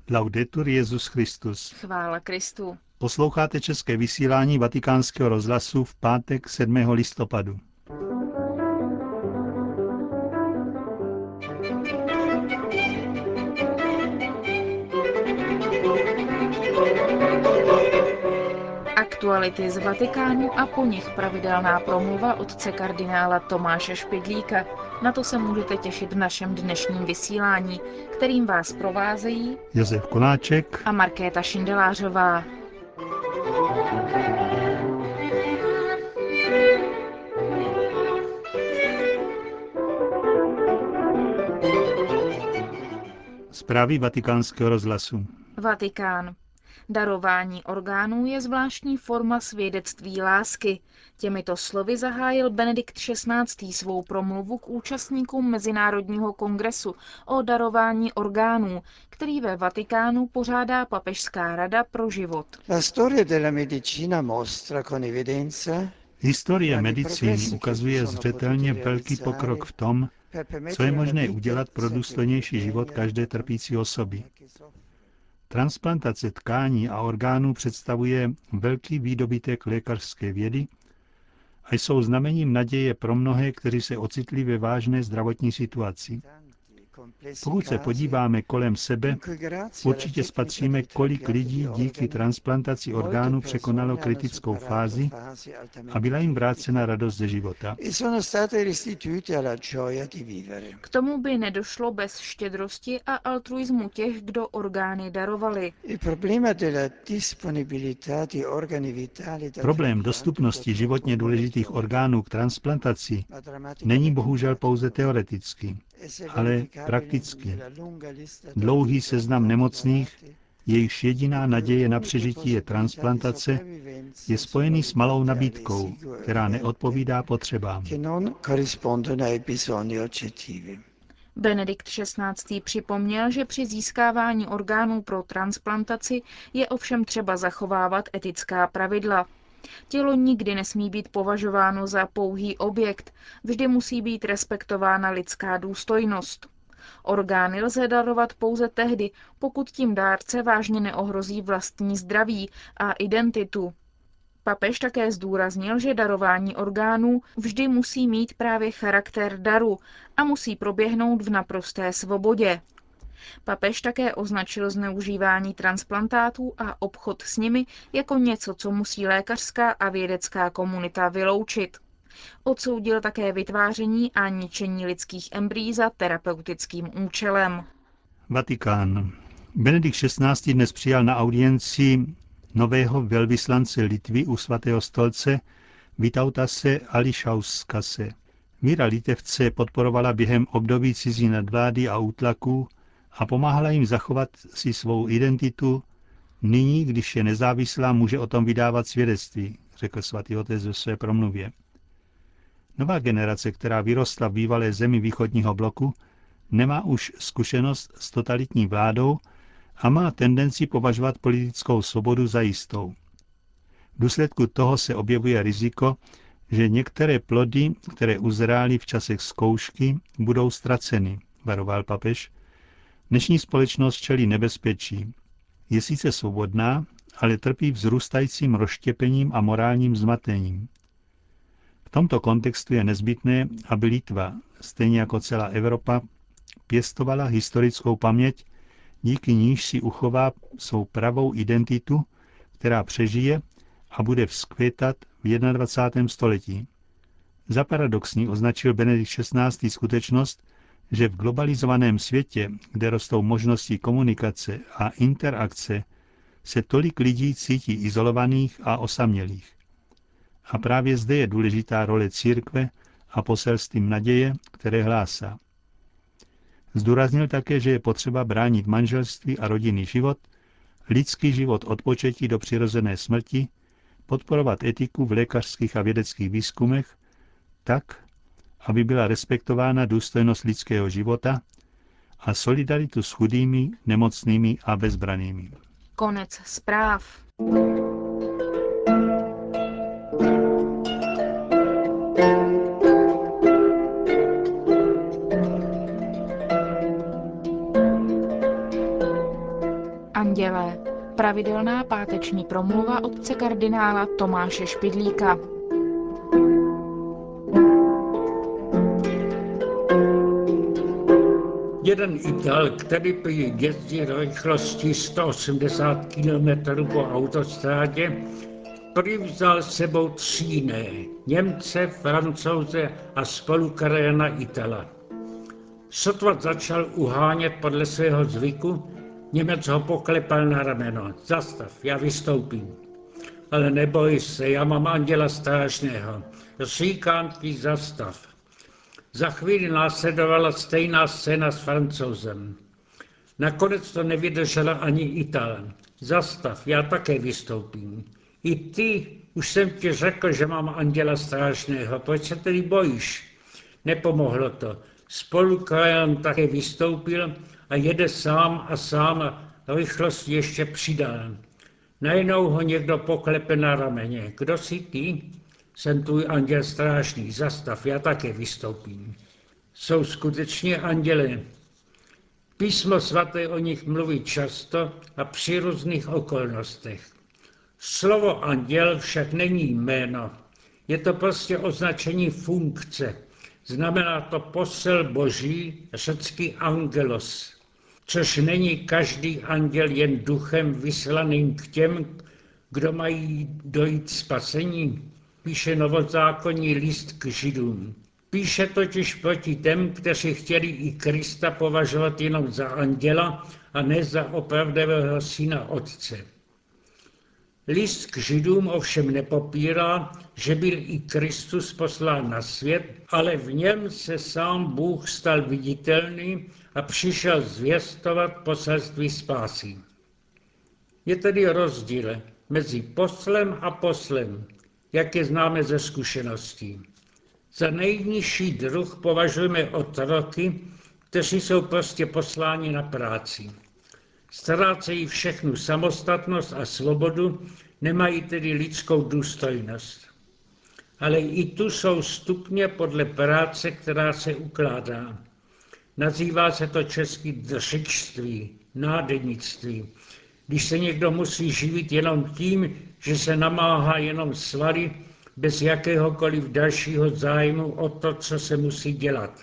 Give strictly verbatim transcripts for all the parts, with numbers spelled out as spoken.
Laudetur Jesus Christus. Chvála Kristu. Posloucháte české vysílání Vatikánského rozhlasu v pátek sedmého listopadu. Aktuality z Vatikánu a po nich pravidelná promluva otce kardinála Tomáše Špidlíka. Na to se můžete těšit v našem dnešním vysílání, kterým vás provázejí Josef Koláček a Markéta Šindelářová. Zprávy Vatikánského rozhlasu. Vatikán. Darování orgánů je zvláštní forma svědectví lásky. Těmito slovy zahájil Benedikt šestnáctý. svou promluvu k účastníkům Mezinárodního kongresu o darování orgánů, který ve Vatikánu pořádá Papežská rada pro život. Historie medicíny ukazuje zřetelně velký pokrok v tom, co je možné udělat pro důstojnější život každé trpící osoby. Transplantace tkání a orgánů představuje velký výdobytek lékařské vědy a jsou znamením naděje pro mnohé, kteří se ocitli ve vážné zdravotní situaci. Pokud se podíváme kolem sebe, určitě spatříme, kolik lidí díky transplantaci orgánů překonalo kritickou fázi a byla jim vrácena radost ze života. K tomu by nedošlo bez štědrosti a altruismu těch, kdo orgány darovali. Problém dostupnosti životně důležitých orgánů k transplantaci není bohužel pouze teoretický, ale prakticky. Dlouhý seznam nemocných, jejichž jediná naděje na přežití je transplantace, je spojený s malou nabídkou, která neodpovídá potřebám. Benedikt šestnáctý. připomněl, že při získávání orgánů pro transplantaci je ovšem třeba zachovávat etická pravidla. Tělo nikdy nesmí být považováno za pouhý objekt, vždy musí být respektována lidská důstojnost. Orgány lze darovat pouze tehdy, pokud tím dárce vážně neohrozí vlastní zdraví a identitu. Papež také zdůraznil, že darování orgánů vždy musí mít právě charakter daru a musí proběhnout v naprosté svobodě. Papež také označil zneužívání transplantátů a obchod s nimi jako něco, co musí lékařská a vědecká komunita vyloučit. Odsoudil také vytváření a ničení lidských embryí za terapeutickým účelem. Vatikán. Benedikt šestnáctý. dnes přijal na audienci nového velvyslance Litvy u svatého stolce Vytautase Ališauskase. Víra Litevce podporovala během období cizí nadvlády a útlaků a pomáhala jim zachovat si svou identitu. Nyní, když je nezávislá, může o tom vydávat svědectví, řekl svatý otec ve své promluvě. Nová generace, která vyrostla v bývalé zemi východního bloku, nemá už zkušenost s totalitní vládou a má tendenci považovat politickou svobodu za jistou. V důsledku toho se objevuje riziko, že některé plody, které uzrály v časech zkoušky, budou ztraceny, varoval papež. Dnešní společnost čelí nebezpečí. Je sice svobodná, ale trpí vzrůstajícím rozštěpením a morálním zmatením. V tomto kontextu je nezbytné, aby Litva, stejně jako celá Evropa, pěstovala historickou paměť, díky níž si uchová svou pravou identitu, která přežije a bude vzkvětat v dvacátém prvním století. Za paradoxní označil Benedikt šestnáctý. skutečnost, že v globalizovaném světě, kde rostou možnosti komunikace a interakce, se tolik lidí cítí izolovaných a osamělých. A právě zde je důležitá role církve a poselstvím naděje, které hlásá. Zdůraznil také, že je potřeba bránit manželství a rodinný život, lidský život od početí do přirozené smrti, podporovat etiku v lékařských a vědeckých výzkumech tak, aby byla respektována důstojnost lidského života a solidaritu s chudými, nemocnými a bezbrannými. Konec zpráv. andělé. Pravidelná páteční promluva otce kardinála Tomáše Špidlíka. Jeden Ital, který prý jezdí do rychlosti sto osmdesát kilometrů po autostrádě, prý vzal s sebou tři jiné, Němce, Francouze a spolukrajána Itala. Sotva začal uhánět podle svého zvyku, Němec ho poklepal na rameno. Zastav, já vystoupím. Ale neboj se, já mám anděla strážného. Říkám ti, zastav. Za chvíli následovala stejná scéna s Francouzem. Nakonec to nevydržela ani Ital. Zastav, já také vystoupím. I ty, už jsem ti řekl, že mám anděla strážného, proč se tedy bojíš? Nepomohlo to. Spolukrajan také vystoupil a jede sám a sám rychlost ještě přidal. Najednou ho někdo poklepe na rameně. Kdo jsi ty? Jsem tvůj anděl strážný, zastav, já také vystoupím. Jsou skutečně anděle. Písmo svaté o nich mluví často a při různých okolnostech. Slovo anděl však není jméno, je to prostě označení funkce. Znamená to posel boží, řecky angelos, což není každý anděl jen duchem vyslaným k těm, kdo mají dojít spasení, píše novozákonní list k Židům. Píše totiž proti těm, kteří chtěli i Krista považovat jenom za anděla a ne za opravdového syna Otce. List k Židům ovšem nepopírá, že byl i Kristus poslán na svět, ale v něm se sám Bůh stal viditelný a přišel zvěstovat poselství spásy. Je tedy rozdíl mezi poslem a poslem, jak je známe ze zkušeností. Za nejnižší druh považujeme otroky, kteří jsou prostě posláni na práci. Ztrácejí všechnu samostatnost a svobodu, nemají tedy lidskou důstojnost. Ale i tu jsou stupně podle práce, která se ukládá. Nazývá se to česky dřičství, nádenictví. Když se někdo musí živit jenom tím, že se namáhá jenom svaly, bez jakéhokoliv dalšího zájmu o to, co se musí dělat.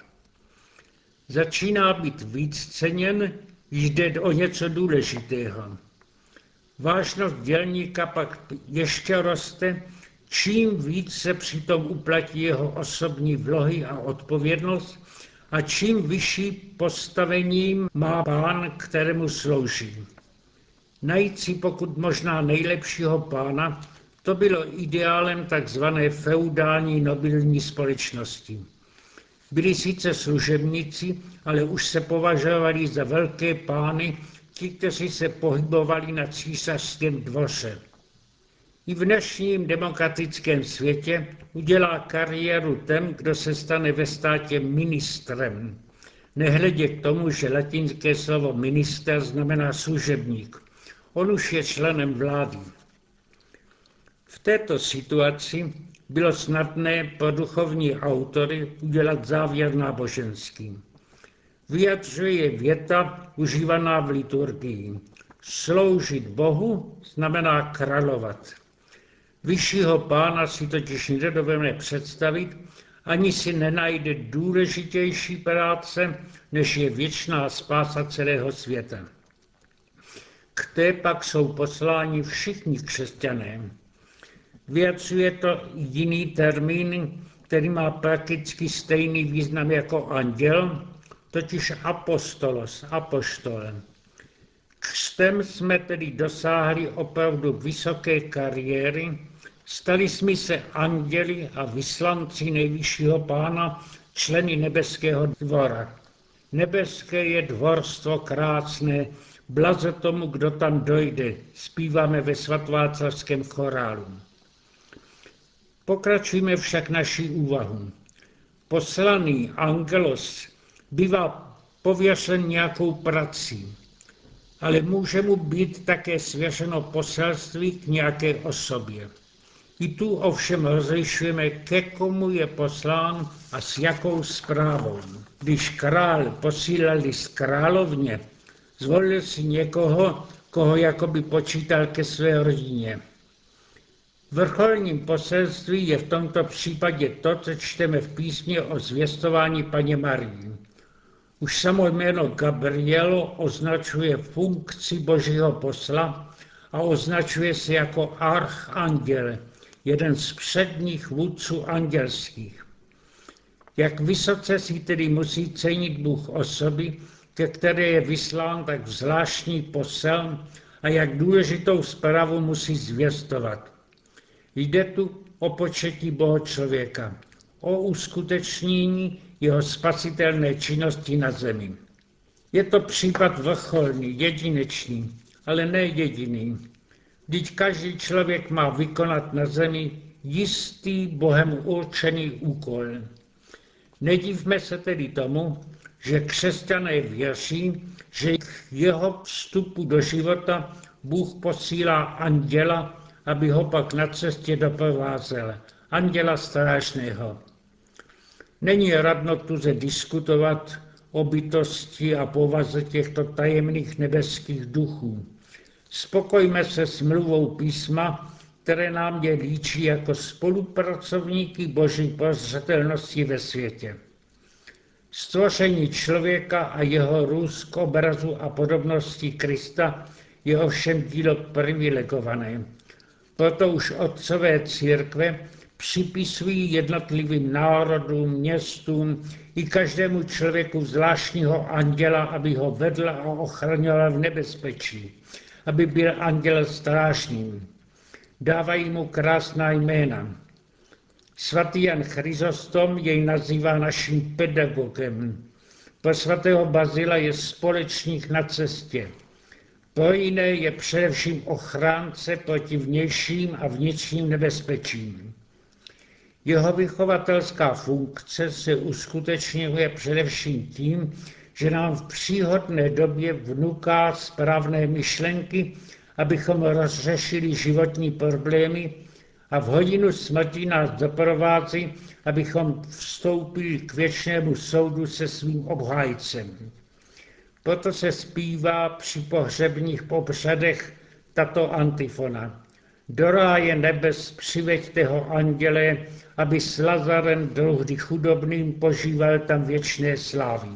Začíná být víc ceněn, jde o něco důležitého. Vážnost dělníka pak ještě roste, čím víc se přitom uplatí jeho osobní vlohy a odpovědnost a čím vyšší postavením má pán, kterému slouží. Najít si pokud možná nejlepšího pána, to bylo ideálem takzvané feudální nobilní společnosti. Byli sice služebníci, ale už se považovali za velké pány, ti, kteří se pohybovali na císařském dvoře. I v dnešním demokratickém světě udělá kariéru ten, kdo se stane ve státě ministrem. Nehledě k tomu, že latinské slovo minister znamená služebník. On už je členem vlády. V této situaci bylo snadné pro duchovní autory udělat závěr náboženský. Vyjadřuje je věta užívaná v liturgii. Sloužit Bohu znamená královat. Vyššího pána si totiž nedovedeme představit, ani si nenajde důležitější práce, než je věčná spása celého světa. K té pak jsou posláni všichni křesťané. Vyjadřuje to jiný termín, který má prakticky stejný význam jako anděl, totiž apostolos, apoštol. Křtem jsme tedy dosáhli opravdu vysoké kariéry, stali jsme se anděli a vyslanci nejvyššího pána, členy nebeského dvora. Nebeské je dvorstvo krásné, blaze tomu, kdo tam dojde, zpíváme ve svatváclavském chorálu. Pokračujme však naší úvahu. Poslaný angelos bývá pověřen nějakou prací, ale může mu být také svěřeno poselství k nějaké osobě. I tu ovšem rozlišujeme, ke komu je poslán a s jakou zprávou. Když král posílal list královně, zvolil si někoho, koho jakoby počítal ke své rodině. Vrcholným poselství je v tomto případě to, co čteme v písmě o zvěstování Panně Marii. Už samo jméno Gabriel označuje funkci Božího posla a označuje se jako archanděl, jeden z předních vůdců andělských. Jak vysoce si tedy musí cenit Bůh osoby, ke které je vyslán tak zvláštní posel, a jak důležitou zprávu musí zvěstovat. Jde tu o početí Boha člověka, o uskutečnění jeho spasitelné činnosti na zemi. Je to případ vrcholný, jedinečný, ale ne jediný. Vždyť každý člověk má vykonat na zemi jistý Bohem určený úkol. Nedívme se tedy tomu, že křesťané věří, že k jeho vstupu do života Bůh posílá anděla, aby ho pak na cestě doprovázel, anděla strážného. Není radno tuze diskutovat o bytosti a povaze těchto tajemných nebeských duchů. Spokojme se s mluvou písma, které nám je líčí jako spolupracovníky Boží prozřetelnosti ve světě. Stvoření člověka a jeho růst k obrazu a podobnosti Krista je ovšem dílo privilegované. Proto už otcové církve připisují jednotlivým národům, městům i každému člověku zvláštního anděla, aby ho vedl a ochraňoval v nebezpečí, aby byl anděl strážným. Dávají mu krásná jména. Svatý Jan Chryzostom jej nazývá naším pedagogem. Pro svatého Bazila je společník na cestě. Pro jiné je především ochránce proti vnějším a vnitřním nebezpečím. Jeho vychovatelská funkce se uskutečňuje především tím, že nám v příhodné době vnuká správné myšlenky, abychom rozřešili životní problémy, a v hodinu smrti nás doprovází, abychom vstoupili k věčnému soudu se svým obhájcem. Proto se zpívá při pohřebních obřadech tato antifona. Do ráje nebes přiveďte ho, anděle, aby s Lazarem druhdy chudobným požíval tam věčné slávy.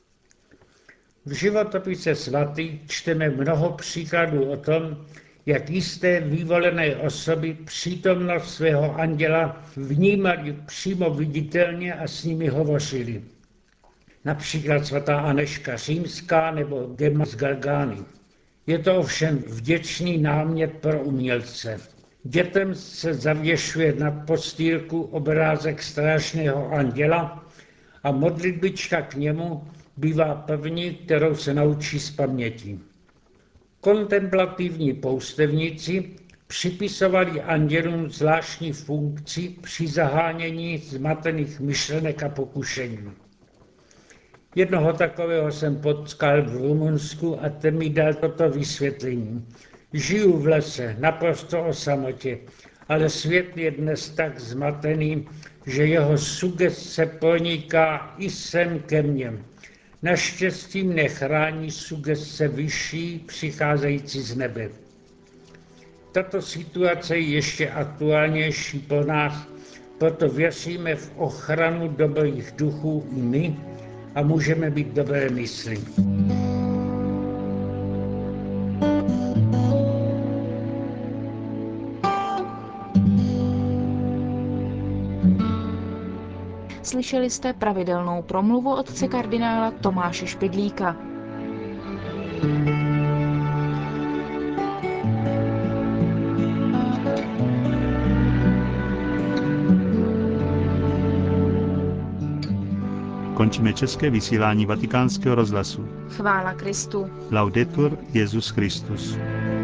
V životopise svatý čteme mnoho příkladů o tom, jak jisté vyvolené osoby přítomnost svého anděla vnímali přímo viditelně a s nimi hovořili. Například svatá Anežka Římská nebo Gemma z Galgány. Je to ovšem vděčný námět pro umělce. Dětem se zavěšuje na postýrku obrázek strážného anděla a modlitbička k němu bývá první, kterou se naučí z paměti. Kontemplativní poustevníci připisovali andělům zvláštní funkci při zahánění zmatených myšlenek a pokušení. Jednoho takového jsem potkal v Rumunsku a ten mi dal toto vysvětlení. Žiju v lese, naprosto o samotě, ale svět je dnes tak zmatený, že jeho sugestce proniká i sem ke mně. Naštěstí mne chrání sugestce vyšší, přicházející z nebe. Tato situace je ještě aktuálnější pro nás, proto věříme v ochranu dobrých duchů i my a můžeme být dobré mysli. Slyšeli jste pravidelnou promluvu otce kardinála Tomáše Špidlíka. Končíme české vysílání Vatikánského rozhlasu. Chvála Kristu. Laudetur Jesus Christus.